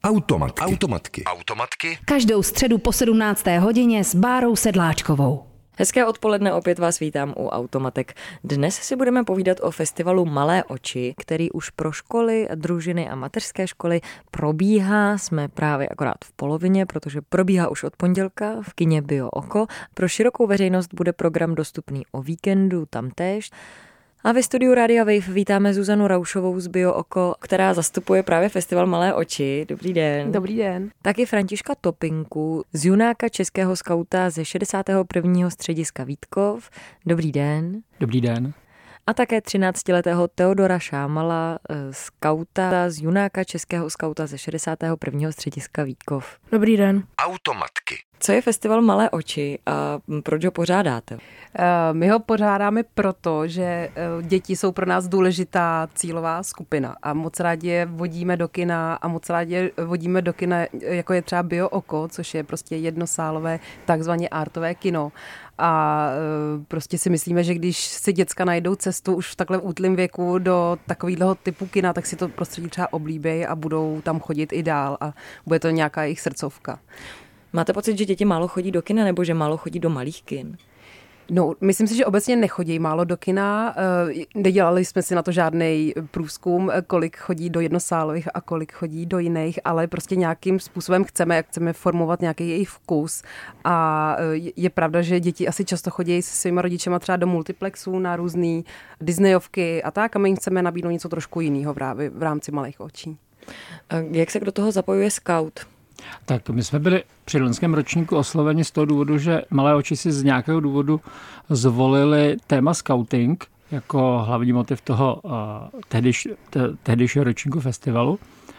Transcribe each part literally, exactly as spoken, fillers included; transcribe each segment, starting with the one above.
Automatky. Automatky. Automatky. Každou středu po sedmnácté hodině s Bárou Sedláčkovou. Hezké odpoledne, opět vás vítám u Automatek. Dnes si budeme povídat o festivalu Malé oči, který už pro školy, družiny a mateřské školy probíhá. Jsme právě akorát v polovině, protože probíhá už od pondělka v kině Bio Oko. Pro širokou veřejnost bude program dostupný o víkendu tamtéž. A ve studiu Rádia Wave vítáme Zuzanu Raušovou z Bio Oko, která zastupuje právě festival Malé oči. Dobrý den. Dobrý den. Taky Františka Topinku z junáka českého skauta ze šedesátého prvního střediska Vítkov. Dobrý den. Dobrý den. A také třináctiletého Teodora Šámala, skauta z junáka českého skauta ze šedesátého prvního střediska Vítkov. Dobrý den. Automatky. Co je festival Malé oči a proč ho pořádáte? My ho pořádáme proto, že děti jsou pro nás důležitá cílová skupina a moc rádi je vodíme do kina a moc rádi je vodíme do kina, jako je třeba Bio Oko, což je prostě jednosálové takzvaně artové kino. A prostě si myslíme, že když si děcka najdou cestu už v takhle útlém věku do takového typu kina, tak si to prostředí třeba oblíbí a budou tam chodit i dál a bude to nějaká jejich srdcovka. Máte pocit, že děti málo chodí do kina nebo že málo chodí do malých kin? No, myslím si, že obecně nechodí málo do kina. Nedělali jsme si na to žádný průzkum, kolik chodí do jednosálových a kolik chodí do jiných, ale prostě nějakým způsobem chceme, jak chceme formovat nějaký jejich vkus. A je pravda, že děti asi často chodí se svýma rodičema třeba do multiplexů na různý Disneyovky a tak, a my jim chceme nabídnout něco trošku jiného právě v rámci Malých očí. A jak se do toho zapojuje skaut? Tak my jsme byli při loňském ročníku osloveni z toho důvodu, že Malé oči si z nějakého důvodu zvolili téma skauting jako hlavní motiv toho uh, tehdyš, te, tehdejšího ročníku festivalu.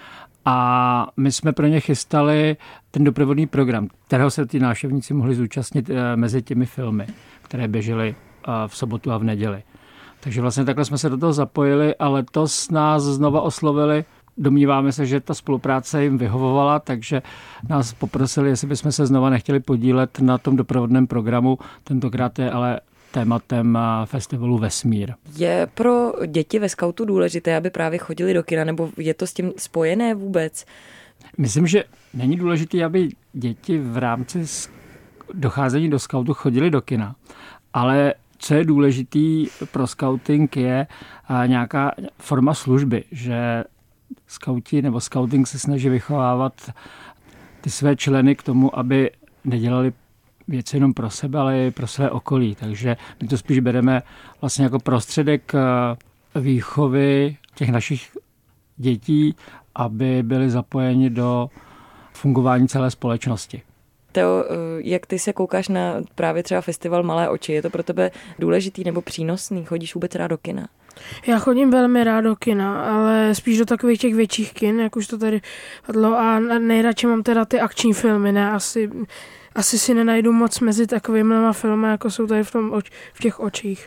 A my jsme pro ně chystali ten doprovodný program, kterého se ty návštěvníci mohli zúčastnit uh, mezi těmi filmy, které běžely uh, v sobotu a v neděli. Takže vlastně takhle jsme se do toho zapojili a letos nás znova oslovili. Domníváme se, že ta spolupráce jim vyhovovala, takže nás poprosili, jestli bychom se znova nechtěli podílet na tom doprovodném programu. Tentokrát je ale tématem festivalu Vesmír. Je pro děti ve skautu důležité, aby právě chodili do kina, nebo je to s tím spojené vůbec? Myslím, že není důležité, aby děti v rámci docházení do skautu chodili do kina, ale co je důležitý pro skauting je nějaká forma služby, že skauti nebo skauting se snaží vychovávat ty své členy k tomu, aby nedělali věci jenom pro sebe, ale i pro své okolí. Takže my to spíš bereme vlastně jako prostředek výchovy těch našich dětí, aby byli zapojeni do fungování celé společnosti. Teo, jak ty se koukáš na právě třeba festival Malé oči? Je to pro tebe důležitý nebo přínosný? Chodíš vůbec rád do kina? Já chodím velmi rád do kina, ale spíš do takových těch větších kin, jak už to tady padlo, a nejradši mám teda ty akční filmy, ne, asi, asi si nenajdu moc mezi takovými filmy, jako jsou tady v, tom oč, v těch očích.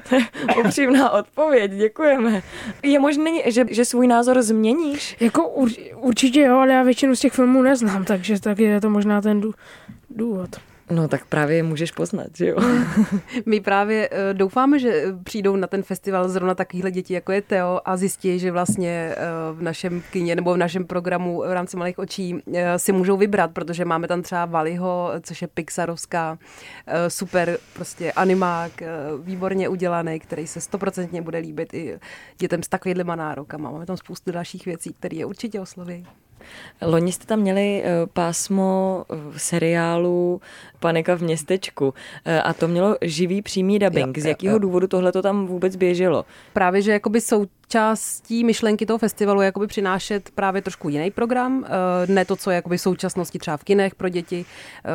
Upřímná odpověď, děkujeme. Je možné, že, že svůj názor změníš? Jako ur, určitě jo, ale já většinu z těch filmů neznám, takže tak je to možná ten dů, důvod. No tak právě je můžeš poznat, že jo? My právě doufáme, že přijdou na ten festival zrovna takovýhle děti, jako je Teo, a zjistí, že vlastně v našem kině nebo v našem programu v rámci Malých očí si můžou vybrat, protože máme tam třeba Valiho, což je pixarovská super prostě animák, výborně udělaný, který se stoprocentně bude líbit i dětem s takovýhlema nárokama. Máme tam spoustu dalších věcí, které je určitě osloví. Loni jste tam měli pásmo seriálu Panika v městečku a to mělo živý přímý dubbing. Z jakého důvodu tohle to tam vůbec běželo? Právě, že jakoby součástí myšlenky toho festivalu je jakoby přinášet právě trošku jiný program, ne to, co je jakoby současnosti třeba v kinech pro děti,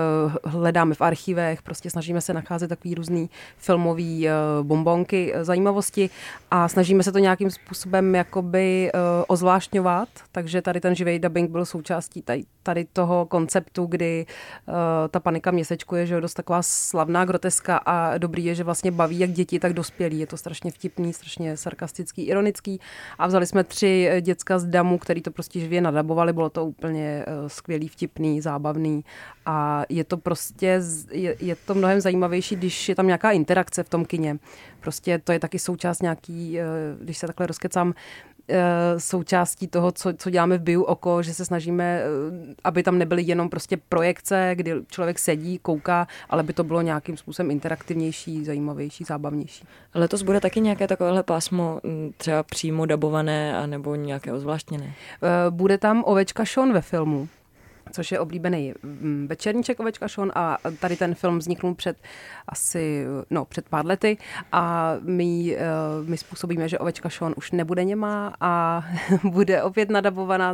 hledáme v archivech, prostě snažíme se nacházet takový různý filmový bombonky, zajímavosti a snažíme se to nějakým způsobem jakoby ozvláštňovat, takže tady ten živý dubbing byl součástí tady, tady toho konceptu, kdy uh, ta Panika v městečku je, že je dost taková slavná groteska a dobrý je, že vlastně baví jak děti, tak dospělí. Je to strašně vtipný, strašně sarkastický, ironický a vzali jsme tři děcka z Damu, který to prostě živě nadabovali, bylo to úplně uh, skvělý, vtipný, zábavný a je to prostě, je, je to mnohem zajímavější, když je tam nějaká interakce v tom kině. Prostě to je taky součást nějaký, uh, když se takhle rozkecám, součástí toho, co, co děláme v Biu Oko, že se snažíme, aby tam nebyly jenom prostě projekce, kdy člověk sedí, kouká, ale by to bylo nějakým způsobem interaktivnější, zajímavější, zábavnější. Letos bude taky nějaké takovéhle pásmo třeba přímo dabované anebo nějaké ozvláštněné? Bude tam Ovečka Sean ve filmu, což je oblíbený večerníček Ovečka Sean, a tady ten film vzniknul před asi, no, před pár lety a my, my způsobíme, že Ovečka Sean už nebude němá a bude opět nadabovaná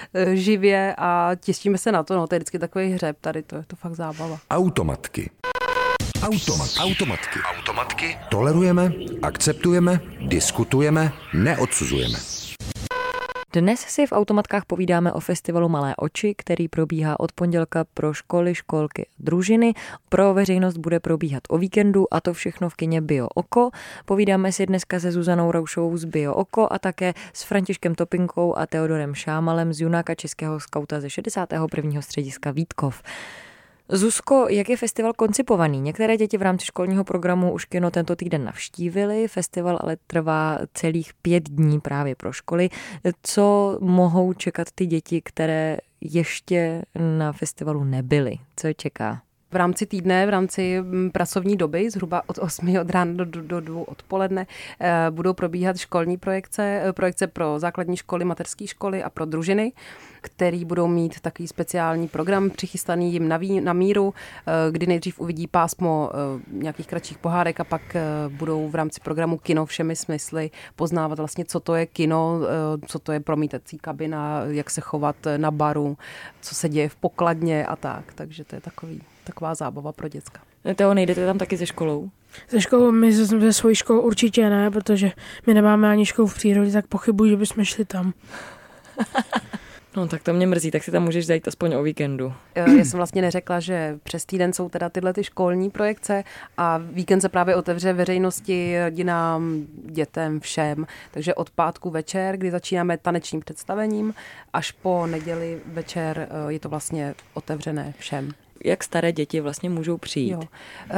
živě a těšíme se na to, no, to je vždycky takový hřeb, tady to je to fakt zábava. Automatky. Automat. Automatky. Automatky. Tolerujeme, akceptujeme, diskutujeme, neodsuzujeme. Dnes si v Automatkách povídáme o festivalu Malé oči, který probíhá od pondělka pro školy, školky, družiny. Pro veřejnost bude probíhat o víkendu a to všechno v kině Bio Oko. Povídáme si dneska se Zuzanou Raušovou z Bio Oko a také s Františkem Topinkou a Teodorem Šámalem z Junáka českého skauta ze šedesátého prvního střediska Vítkov. Zuzko, jak je festival koncipovaný? Některé děti v rámci školního programu už kino tento týden navštívili, festival ale trvá celých pět dní právě pro školy. Co mohou čekat ty děti, které ještě na festivalu nebyly? Co je čeká? V rámci týdne, v rámci pracovní doby, zhruba od osmi od rána do, do, do dvou odpoledne, eh, budou probíhat školní projekce, projekce pro základní školy, mateřské školy a pro družiny, který budou mít takový speciální program přichystaný jim na, ví, na míru, eh, kdy nejdřív uvidí pásmo eh, nějakých kratších pohádek a pak eh, budou v rámci programu Kino všemi smysly poznávat vlastně, co to je kino, eh, co to je promítací kabina, jak se chovat na baru, co se děje v pokladně a tak. Takže to je takový taková zábava pro děcka. Teo, nejdete tam taky se školou? Se školou, my ze, ze svojí školou určitě ne, protože my nemáme ani školu v přírodě, tak pochybuji, že bychom šli tam. No tak to mě mrzí, tak si tam můžeš zajít aspoň o víkendu. Já jsem vlastně neřekla, že přes týden jsou teda tyhle ty školní projekce a víkend se právě otevře veřejnosti, rodinám, dětem, všem. Takže od pátku večer, kdy začínáme tanečním představením, až po neděli večer je to vlastně otevřené všem. Jak staré děti vlastně můžou přijít? Jo. Uh,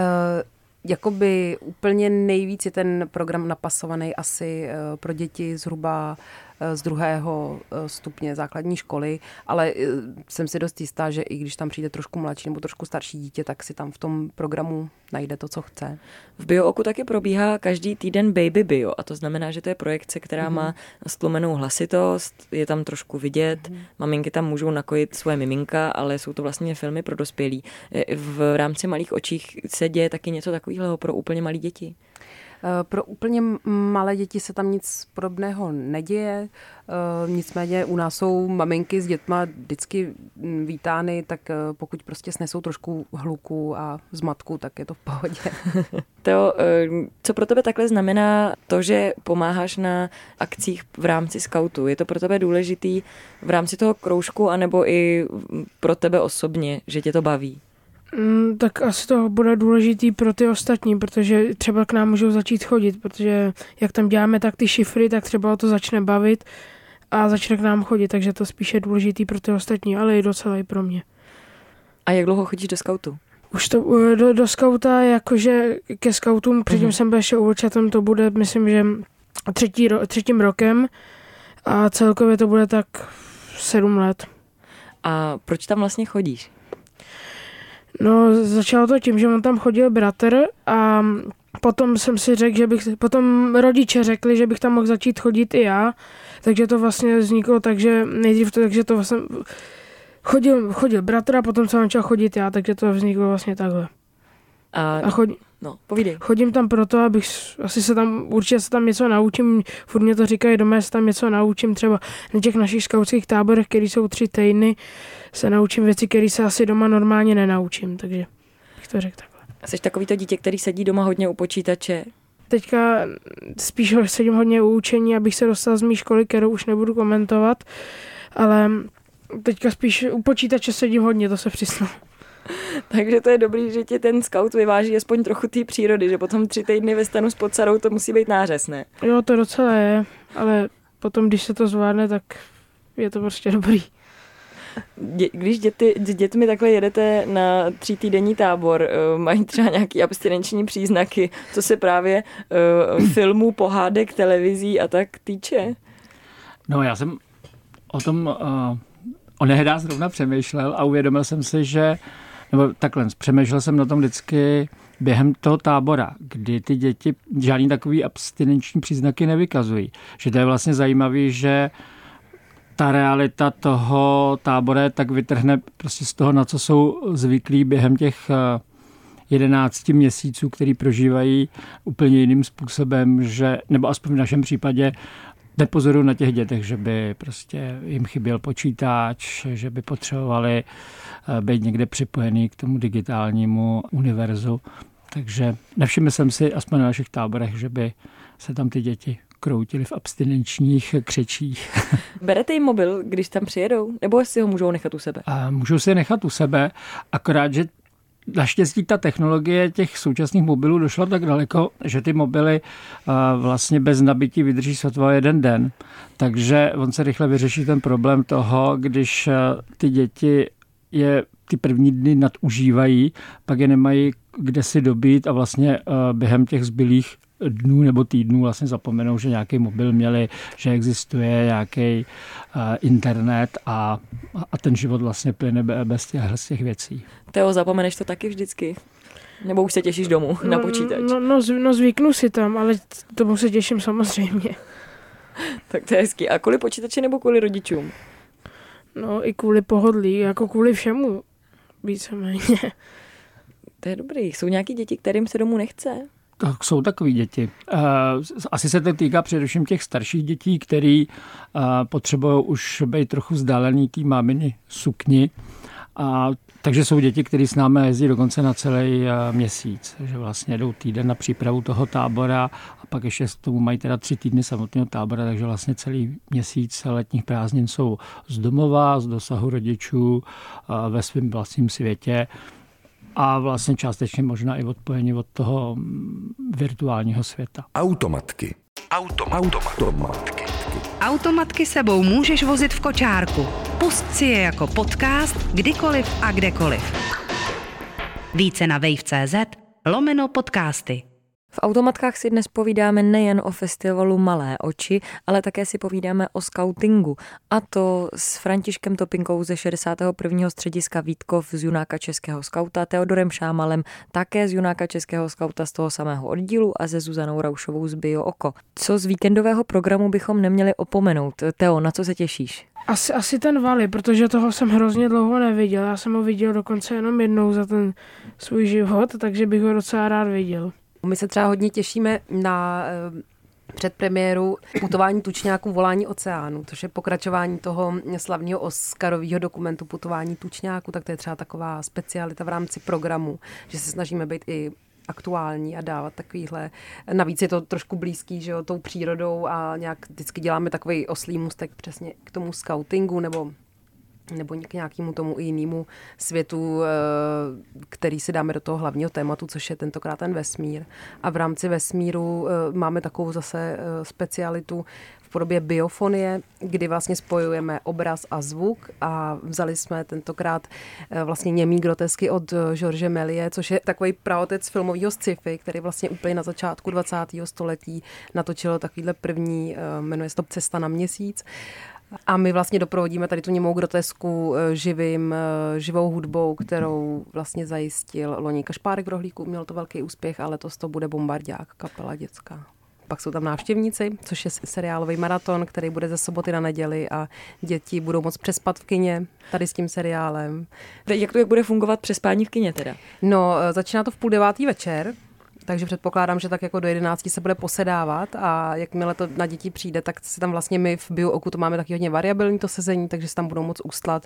jakoby úplně nejvíc je ten program napasovaný asi uh, pro děti zhruba z druhého stupně základní školy, ale jsem si dost jistá, že i když tam přijde trošku mladší nebo trošku starší dítě, tak si tam v tom programu najde to, co chce. V Bio Oku taky probíhá každý týden Baby Bio a to znamená, že to je projekce, která mm-hmm. má stlumenou hlasitost, je tam trošku vidět, mm-hmm. maminky tam můžou nakojit svoje miminka, ale jsou to vlastně filmy pro dospělí. V rámci Malých očích se děje taky něco takového pro úplně malé děti. Pro úplně malé děti se tam nic podobného neděje, nicméně u nás jsou maminky s dětma vždycky vítány, tak pokud prostě snesou trošku hluku a zmatku, tak je to v pohodě. Teo, co pro tebe takhle znamená to, že pomáháš na akcích v rámci skautu? Je to pro tebe důležitý v rámci toho kroužku, anebo i pro tebe osobně, že tě to baví? Mm, tak asi to bude důležitý pro ty ostatní, protože třeba k nám můžou začít chodit, protože jak tam děláme tak ty šifry, tak třeba o to začne bavit a začne k nám chodit, takže to spíše důležitý pro ty ostatní, ale i docela i pro mě. A jak dlouho chodíš do skautu? Už to do, do skauta, jakože ke skautům, předtím mm-hmm. jsem byl ještě u Vlčatem, to bude, myslím, že třetí, třetím rokem a celkově to bude tak sedm let. A proč tam vlastně chodíš? No, začalo to tím, že on tam chodil bratr a potom jsem si řekl, že bych, potom rodiče řekli, že bych tam mohl začít chodit i já, takže to vlastně vzniklo tak, že nejdřív to, takže to vlastně chodil, chodil bratr a potom jsem začal chodit já, takže to vzniklo vlastně takhle. A, a chodím, no, povídej. Chodím tam proto, abych, asi se tam, určitě se tam něco naučím, furt mě to říkají doma, se tam něco naučím, třeba na těch našich skautských táborech, který jsou tři týdny, se naučím věci, které se asi doma normálně nenaučím, takže bych to řekl takhle. Jsi takový to dítě, který sedí doma hodně u počítače? Teďka spíš sedím hodně u učení, abych se dostal z mý školy, kterou už nebudu komentovat, ale teďka spíš u počítače sedím hodně, to se přiznám. Takže to je dobrý, že tě ten skaut vyváží aspoň trochu té přírody, že potom tři týdny ve stanu s podsadou to musí být nářez, ne? Jo, to docela je, ale potom, když se to zvládne, tak je to prostě dobrý. Dě, když děti, s dětmi takhle jedete na třítýdenní tábor, mají třeba nějaký abstinenční příznaky, co se právě uh, filmů, pohádek, televizí a tak týče? No já jsem o tom uh, onehdá zrovna přemýšlel a uvědomil jsem si, že, nebo takhle, přemýšlel jsem na tom vždycky během toho tábora, kdy ty děti žádný takový abstinenční příznaky nevykazují. Že to je vlastně zajímavý, že ta realita toho tábora tak vytrhne prostě z toho, na co jsou zvyklí během těch jedenácti měsíců, který prožívají úplně jiným způsobem, že, nebo aspoň v našem případě nepozoruju na těch dětech, že by prostě jim chyběl počítač, že by potřebovali být někde připojený k tomu digitálnímu univerzu. Takže nevšiml jsem si aspoň na našich táborech, že by se tam ty děti kroutili v abstinenčních křečích. Berete jim mobil, když tam přijedou? Nebo si ho můžou nechat u sebe? A můžou si je nechat u sebe, akorát, že naštěstí ta technologie těch současných mobilů došla tak daleko, že ty mobily vlastně bez nabití vydrží sotva jeden den. Takže on se rychle vyřeší ten problém toho, když ty děti je ty první dny nadužívají, pak je nemají kde si dobít a vlastně během těch zbylých dnů nebo týdnů vlastně zapomenou, že nějaký mobil měli, že existuje nějaký internet a, a ten život vlastně plyne bez těch, z těch věcí. Teo, zapomeneš to taky vždycky? Nebo už se těšíš domů no, na počítač? No, no, no zvyknu si tam, ale tomu se těším samozřejmě. Tak to je hezký. A kvůli počítači nebo kvůli rodičům? No i kvůli pohodlí, jako kvůli všemu víceméně. To je dobrý. Jsou nějaký děti, kterým se domů nechce? Tak jsou takový děti. Asi se to týká především těch starších dětí, který potřebují už být trochu vzdálený té máminy sukni. A takže jsou děti, které s námi jezdí dokonce na celý měsíc. Že vlastně jdou týden na přípravu toho tábora a pak ještě s tomu mají teda tři týdny samotného tábora, takže vlastně celý měsíc letních prázdnin jsou z domova, z dosahu rodičů ve svém vlastním světě. A vlastně částečně možná i odpojení od toho virtuálního světa. Automatky. Automatky. Automatky. Automatky sebou můžeš vozit v kočárku. Pust si je jako podcast kdykoliv a kdekoliv. Více na wave tečka cé zet lomeno podcasty. V Automatkách si dnes povídáme nejen o festivalu Malé oči, ale také si povídáme o skautingu. A to s Františkem Topinkou ze šedesátého prvního střediska Vítkov z Junáka českého skauta, Teodorem Šámalem také z Junáka českého skauta z toho samého oddílu a se Zuzanou Raušovou z Bio Oko. Co z víkendového programu bychom neměli opomenout? Teo, na co se těšíš? Asi, asi ten Vali, protože toho jsem hrozně dlouho neviděl. Já jsem ho viděl dokonce jenom jednou za ten svůj život, takže bych ho docela rád viděl. My se třeba hodně těšíme na předpremiéru Putování tučňáků Volání oceánu, což je pokračování toho slavného oscarového dokumentu Putování tučňáků, tak to je třeba taková specialita v rámci programu, že se snažíme být i aktuální a dávat takovýhle. Navíc je to trošku blízký, že jo, tou přírodou a nějak vždycky děláme takový oslý můstek přesně k tomu skautingu nebo nebo k nějakému tomu jinému světu, který si dáme do toho hlavního tématu, což je tentokrát ten vesmír. A v rámci vesmíru máme takovou zase specialitu v podobě biofonie, kdy vlastně spojujeme obraz a zvuk a vzali jsme tentokrát vlastně němý grotesky od George Mélièse, což je takový praotec filmového sci-fi, který vlastně úplně na začátku dvacátého století natočil takovýhle první, jmenuje se to Cesta na měsíc. A my vlastně doprovodíme tady tu němou grotesku živým, živou hudbou, kterou vlastně zajistil loni Kašpárek v Rohlíku. Měl to velký úspěch, ale letos to bude Bombardák, kapela dětská. Pak jsou tam návštěvníci, což je seriálový maraton, který bude ze soboty na neděli a děti budou moct přespat v kině tady s tím seriálem. Jak to jak bude fungovat přespání v kině teda? No, začíná to v půl devátý večer. Takže předpokládám, že tak jako do jedenácti se bude posedávat a jakmile to na děti přijde, tak se tam vlastně my v Bio Oku to máme taky hodně variabilní to sezení, takže se tam budou moc ustlat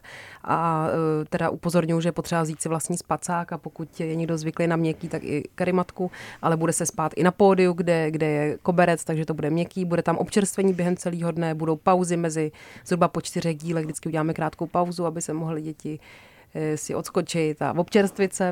a teda upozorňuji, že je potřeba vzít si vlastní spacák a pokud je někdo zvyklý na měkký, tak i karimatku, ale bude se spát i na pódiu, kde, kde je koberec, takže to bude měkký, bude tam občerstvení během celého dne, budou pauzy mezi zhruba po čtyřech dílech, vždycky uděláme krátkou pauzu, aby se mohly děti si odskočit a občerstvit se.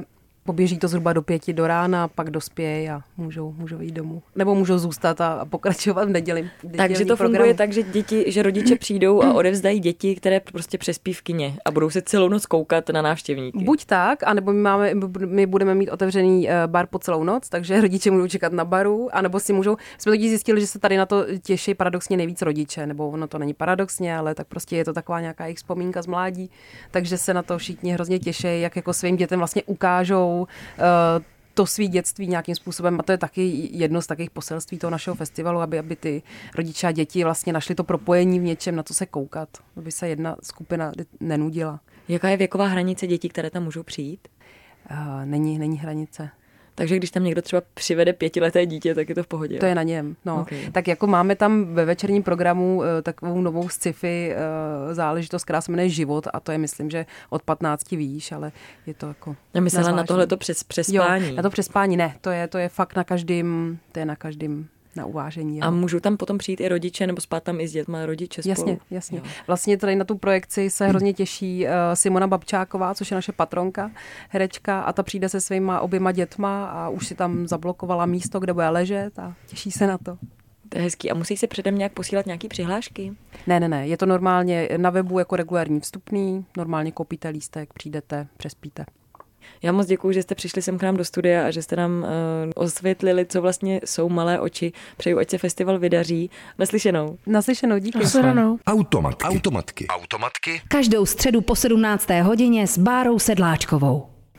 Poběží to zhruba do pěti do rána, pak dospějí a můžou, můžou jít domů. Nebo můžou zůstat a, a pokračovat v neděli. Takže to programu. Funguje tak, že děti, že rodiče přijdou a odevzdají děti, které prostě přespí v kině a budou se celou noc koukat na návštěvníky. Buď tak, anebo my, máme, my budeme mít otevřený bar po celou noc, takže rodiče můžou čekat na baru, anebo si můžou. Jsme totiž zjistili, že se tady na to těší paradoxně nejvíc rodiče, nebo ono to není paradoxně, ale tak prostě je to taková nějaká jejich vzpomínka z mládí, takže se na to všichni hrozně těší, jak jako svým dětem vlastně ukážou uh, to svý dětství nějakým způsobem a to je taky jedno z takových poselství toho našeho festivalu, aby, aby ty rodiče a děti vlastně našli to propojení v něčem, na co se koukat, aby se jedna skupina nenudila. Jaká je věková hranice dětí, které tam můžou přijít? Uh, není, není hranice. Takže když tam někdo třeba přivede pětileté dítě, tak je to v pohodě. To je na něm. No. Okay. Tak jako máme tam ve večerním programu takovou novou sci-fi záležitost, která se jmenuje Život a to je, myslím, že od patnácti výš, ale je to jako... Já myslela na tohleto přes, přespání. Jo, na to přespání ne, to je, to je fakt na každém, to je na každém na uvážení. A jo. můžou tam potom přijít i rodiče, nebo spát tam i s dětma rodiče spolu? Jasně, jasně. Jo. Vlastně tady na tu projekci se hrozně těší uh, Simona Babčáková, což je naše patronka, herečka, a ta přijde se svýma oběma dětma a už si tam zablokovala místo, kde bude ležet a těší se na to. To je hezký. A musí se předem nějak posílat nějaký přihlášky? Ne, ne, ne. Je to normálně na webu jako regulární vstupný, normálně koupíte lístek, přijdete, přespíte. Já moc děkuju, že jste přišli sem k nám do studia a že jste nám uh, osvětlili, co vlastně jsou Malé oči. Přeju, ať se festival vydaří. Naslyšenou. Naslyšenou, díky. Naslyšenou. Automatky. Automatky. Automatky. Každou středu po sedmnácté hodině s Bárou Sedláčkovou.